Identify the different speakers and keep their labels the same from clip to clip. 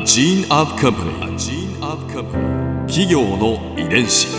Speaker 1: gene of company. A gene of company. 企業の遺伝子。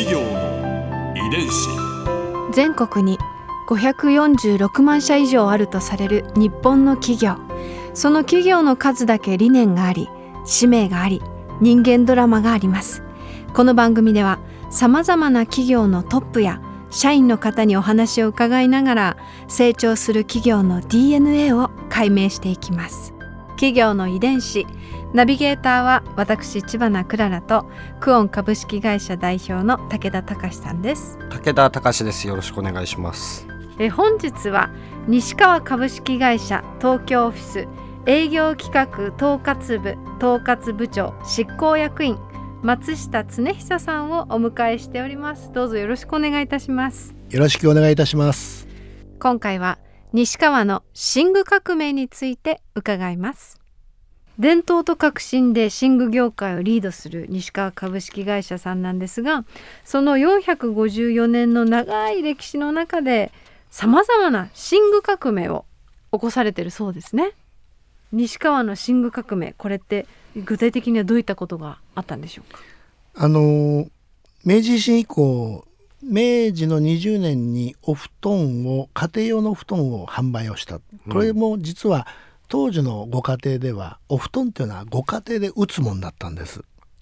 Speaker 2: 全国に546万社以上あるとされる日本の企業。その企業の数だけ理念があり、使命があり、人間ドラマがあります。この番組ではさまざまな企業のトップや社員の方にお話を伺いながら、成長する企業の DNA を解明していきます。企業の遺伝子。ナビゲーターは私知花くららとクオン株式会社代表の武田隆さんです。
Speaker 3: 武田隆です。よろしくお願いします。
Speaker 2: 本日は西川株式会社東京オフィス営業企画統括部統括部長執行役員松下恒久さんをお迎えしております。どうぞよろしくお願いいたします。
Speaker 4: よろしくお願いいたします。
Speaker 2: 今回は西川の寝具革命について伺います。伝統と革新で寝具業界をリードする西川株式会社さんなんですが、その454年の長い歴史の中でさまざまな寝具革命を起こされているそうですね。西川の寝具革命、これって具体的にはどういったことがあったんでしょうか。
Speaker 4: 明治維新以降、明治の20年にお布団を家庭用のお布団を販売をした。これも実は当時のご家庭ではお布団というのはご家庭で打つもんだったんです。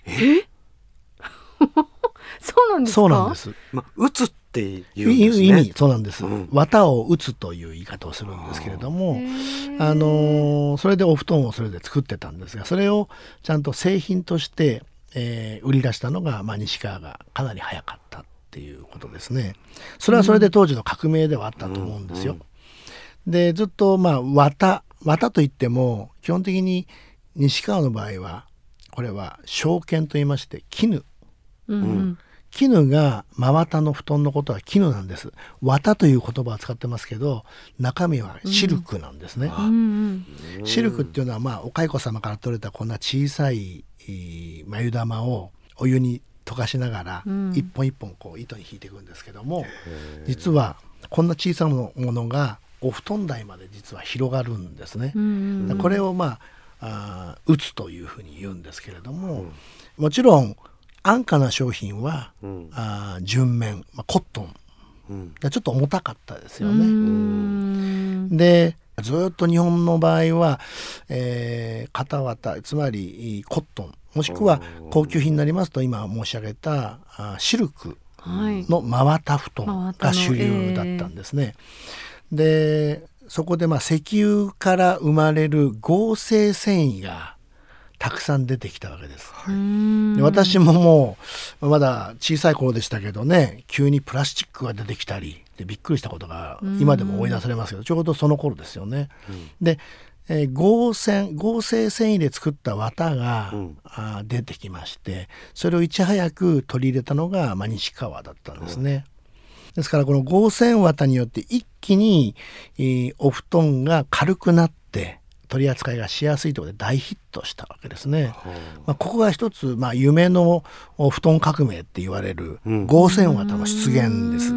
Speaker 2: そうなんですか。
Speaker 4: そうなんです。
Speaker 3: 打つっていうんですね。
Speaker 4: 意味そうなんです、綿を打つという言い方をするんですけれども、それでお布団をそれで作ってたんですが、それをちゃんと製品として、売り出したのが、西川がかなり早かったっていうことですね。それはそれで当時の革命ではあったと思うんですよ。でずっと綿といっても基本的に西川の場合はこれは小絹といいまして絹、絹が真綿の布団のことは絹なんです。綿という言葉を使ってますけど中身はシルクなんですね。シルクっていうのは、お蚕様から取れたこんな小さい繭玉をお湯に溶かしながら、一本一本こう糸に引いていくんですけども、実はこんな小さなものがお布団台まで実は広がるんですね。これを打つというふうに言うんですけれども、もちろん安価な商品は、純綿、コットン、ちょっと重たかったですよね。でずっと日本の場合は、肩綿、つまりコットン、もしくは高級品になりますと今申し上げたシルクの真綿布団が主流だったんですね。でそこで石油から生まれる合成繊維がたくさん出てきたわけです。で私ももうまだ小さい頃でしたけどね、急にプラスチックが出てきたりでびっくりしたことが今でも思い出されますけど、ちょうどその頃ですよね。で、合成繊維で作った綿が、出てきまして、それをいち早く取り入れたのが、西川だったんですね。ですからこの合成綿によって一気に、お布団が軽くなって取り扱いがしやすいということで大ヒットしたわけですね。ここが一つ、夢のお布団革命って言われる合成綿の出現です。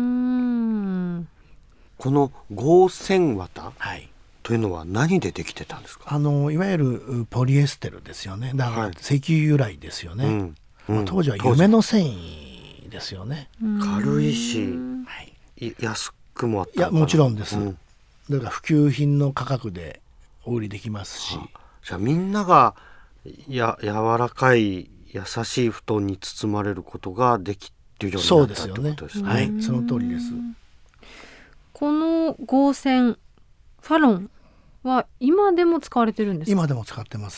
Speaker 3: この合成綿、というのは何でできてたんですか。
Speaker 4: いわゆるポリエステルですよね。だから石油由来ですよね。当時は夢の繊維ですよね。
Speaker 3: 軽いし、安くもあったのかな。
Speaker 4: もちろんです。だから普及品の価格でお売りできますし、
Speaker 3: じゃあみんなが柔らかい優しい布団に包まれることができるようになったってことですね。
Speaker 4: その通りです。
Speaker 2: この合成ファロンは今でも使われてるんですか。
Speaker 4: 今でも使ってます。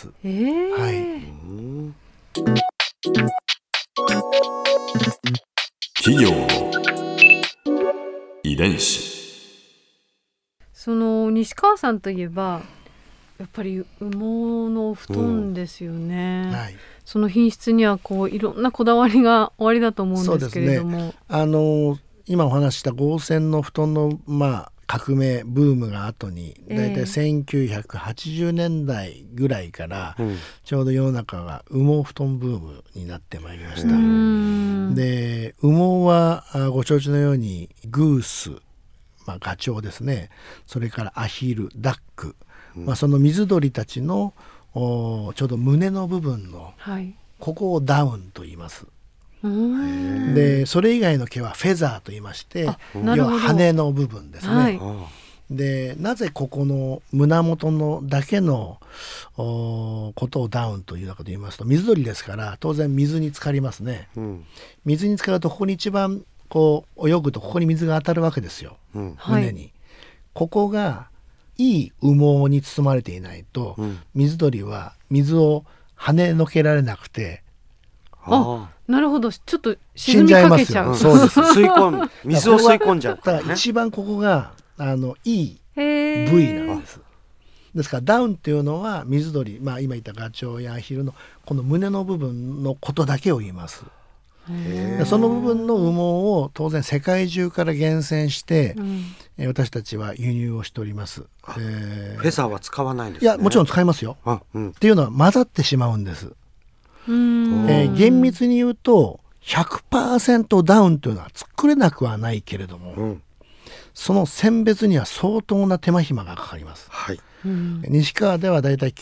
Speaker 1: 企業の遺伝子。
Speaker 2: その西川さんといえばやっぱり羽毛のお布団ですよね。その品質にはいろんなこだわりがおありだと思うんですけれども、
Speaker 4: 今お話した合成の布団の革命ブームが後にだいたい1980年代ぐらいからちょうど世の中が羽毛布団ブームになってまいりました。で羽毛はご承知のようにグース、ガチョウですね、それからアヒル、ダック、その水鳥たちのちょうど胸の部分の、
Speaker 2: はい、
Speaker 4: ここをダウンと言います。でそれ以外の毛はフェザーと言いまして、要は羽の部分ですね。はい、でなぜここの胸元のだけのことをダウンというのかと言いますと、水鳥ですから当然水に浸かりますね。水に浸かるとここに一番こう泳ぐとここに水が当たるわけですよ、胸に、はい、ここがいい羽毛に包まれていないと、水鳥は水を跳ねのけられなくて、
Speaker 2: なるほど、ちょっと沈みかけちゃう。
Speaker 3: そうです。水を吸い込んじゃうから、ね。
Speaker 4: だから一番ここがいい部位なんです。ですからダウンっていうのは水鳥、今言ったガチョウやアヒルのこの胸の部分のことだけを言います。その部分の羽毛を当然世界中から厳選して、私たちは輸入をしております。
Speaker 3: フェザーは使わないんですね。
Speaker 4: いやもちろん使いますよ。っていうのは混ざってしまうんです。厳密に言うと 100% ダウンというのは作れなくはないけれども、その選別には相当な手間暇がかかります。はい、西川ではだいたい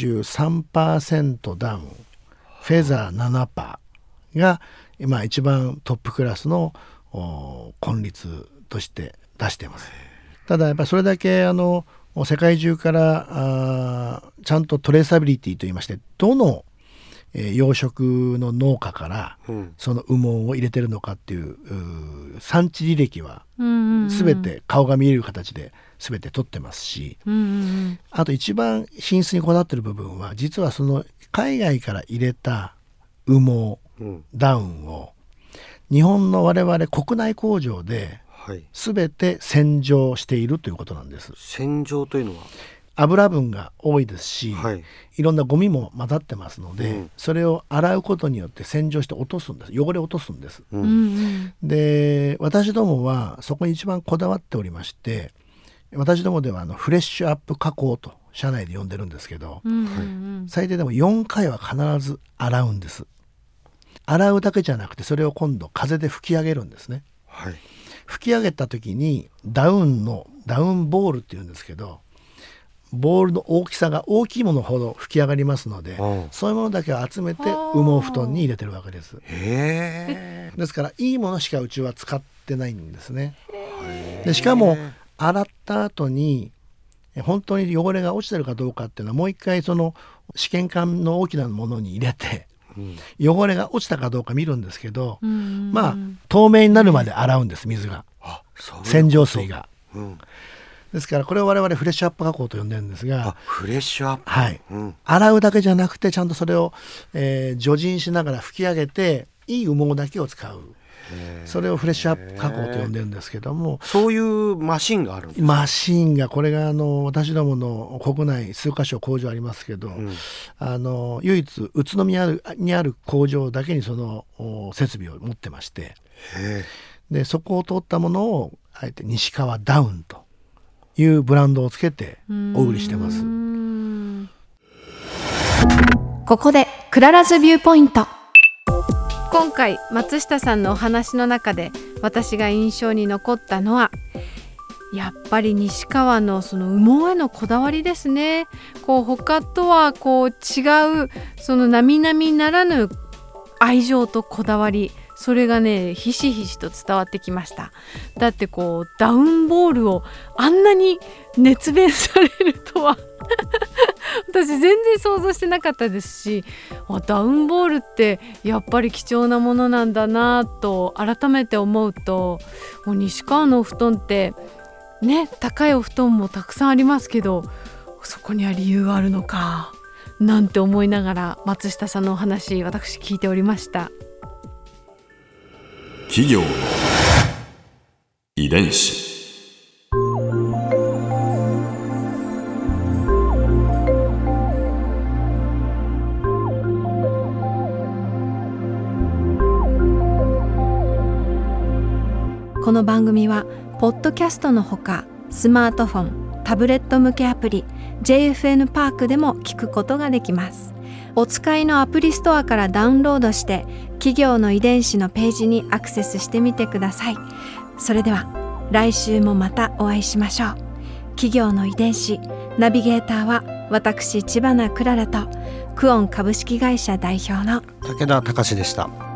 Speaker 4: 93% ダウン、フェザー 7% が今一番トップクラスの根率として出しています。ただやっぱりそれだけ世界中からちゃんとトレーサビリティといいまして、どの養殖の農家からその羽毛を入れてるのかっていう産地履歴は全て顔が見える形で全て取ってますし、あと一番品質にこだわってる部分は実はその海外から入れた羽毛、ダウンを日本の我々国内工場で全て洗浄しているということなんです。
Speaker 3: 洗浄というのは
Speaker 4: 油分が多いですし、いろんなゴミも混ざってますので、それを洗うことによって洗浄して落とすんです。汚れを落とすんです。で私どもはそこに一番こだわっておりまして、私どもではフレッシュアップ加工と社内で呼んでるんですけど、最低でも4回は必ず洗うんです。洗うだけじゃなくてそれを今度風で吹き上げるんですね。吹き上げた時にダウンボールっていうんですけど、ボールの大きさが大きいものほど吹き上がりますので、そういうものだけを集めて羽毛布団に入れてるわけです。ですからいいものしかうちは使ってないんですね。でしかも洗った後に本当に汚れが落ちてるかどうかっていうのはもう一回その試験管の大きなものに入れて、汚れが落ちたかどうか見るんですけど、透明になるまで洗うんです。水が、洗浄水が、ですからこれを我々フレッシュアップ加工と呼んでるんですが、
Speaker 3: フレッシュアップ、
Speaker 4: 洗うだけじゃなくてちゃんとそれを、除塵しながら吹き上げていい羽毛だけを使う、それをフレッシュアップ加工と呼んでるんですけども、
Speaker 3: そういうマシンがあるんですか？
Speaker 4: マシンがこれが私どもの国内数カ所工場ありますけど、唯一宇都宮にある工場だけにその設備を持ってまして、でそこを通ったものをあえて西川ダウンというブランドをつけてお売りしてます。
Speaker 2: ここでクララズビューポイント。今回松下さんのお話の中で私が印象に残ったのはやっぱり西川のその羽毛へのこだわりですね。他とは違うその並々ならぬ愛情とこだわり、それがねひしひしと伝わってきました。だってダウンボールをあんなに熱弁されるとは私全然想像してなかったですし、ダウンボールってやっぱり貴重なものなんだなと改めて思うと、西川のお布団ってね、高いお布団もたくさんありますけど、そこには理由があるのかなんて思いながら松下さんのお話私聞いておりました。
Speaker 1: 企業の遺伝子。
Speaker 2: この番組はポッドキャストのほかスマートフォン、タブレット向けアプリ JFN パークでも聞くことができます。お使いのアプリストアからダウンロードして企業の遺伝子のページにアクセスしてみてください。それでは来週もまたお会いしましょう。企業の遺伝子ナビゲーターは私千葉なクララとクオン株式会社代表の
Speaker 3: 武田隆でした。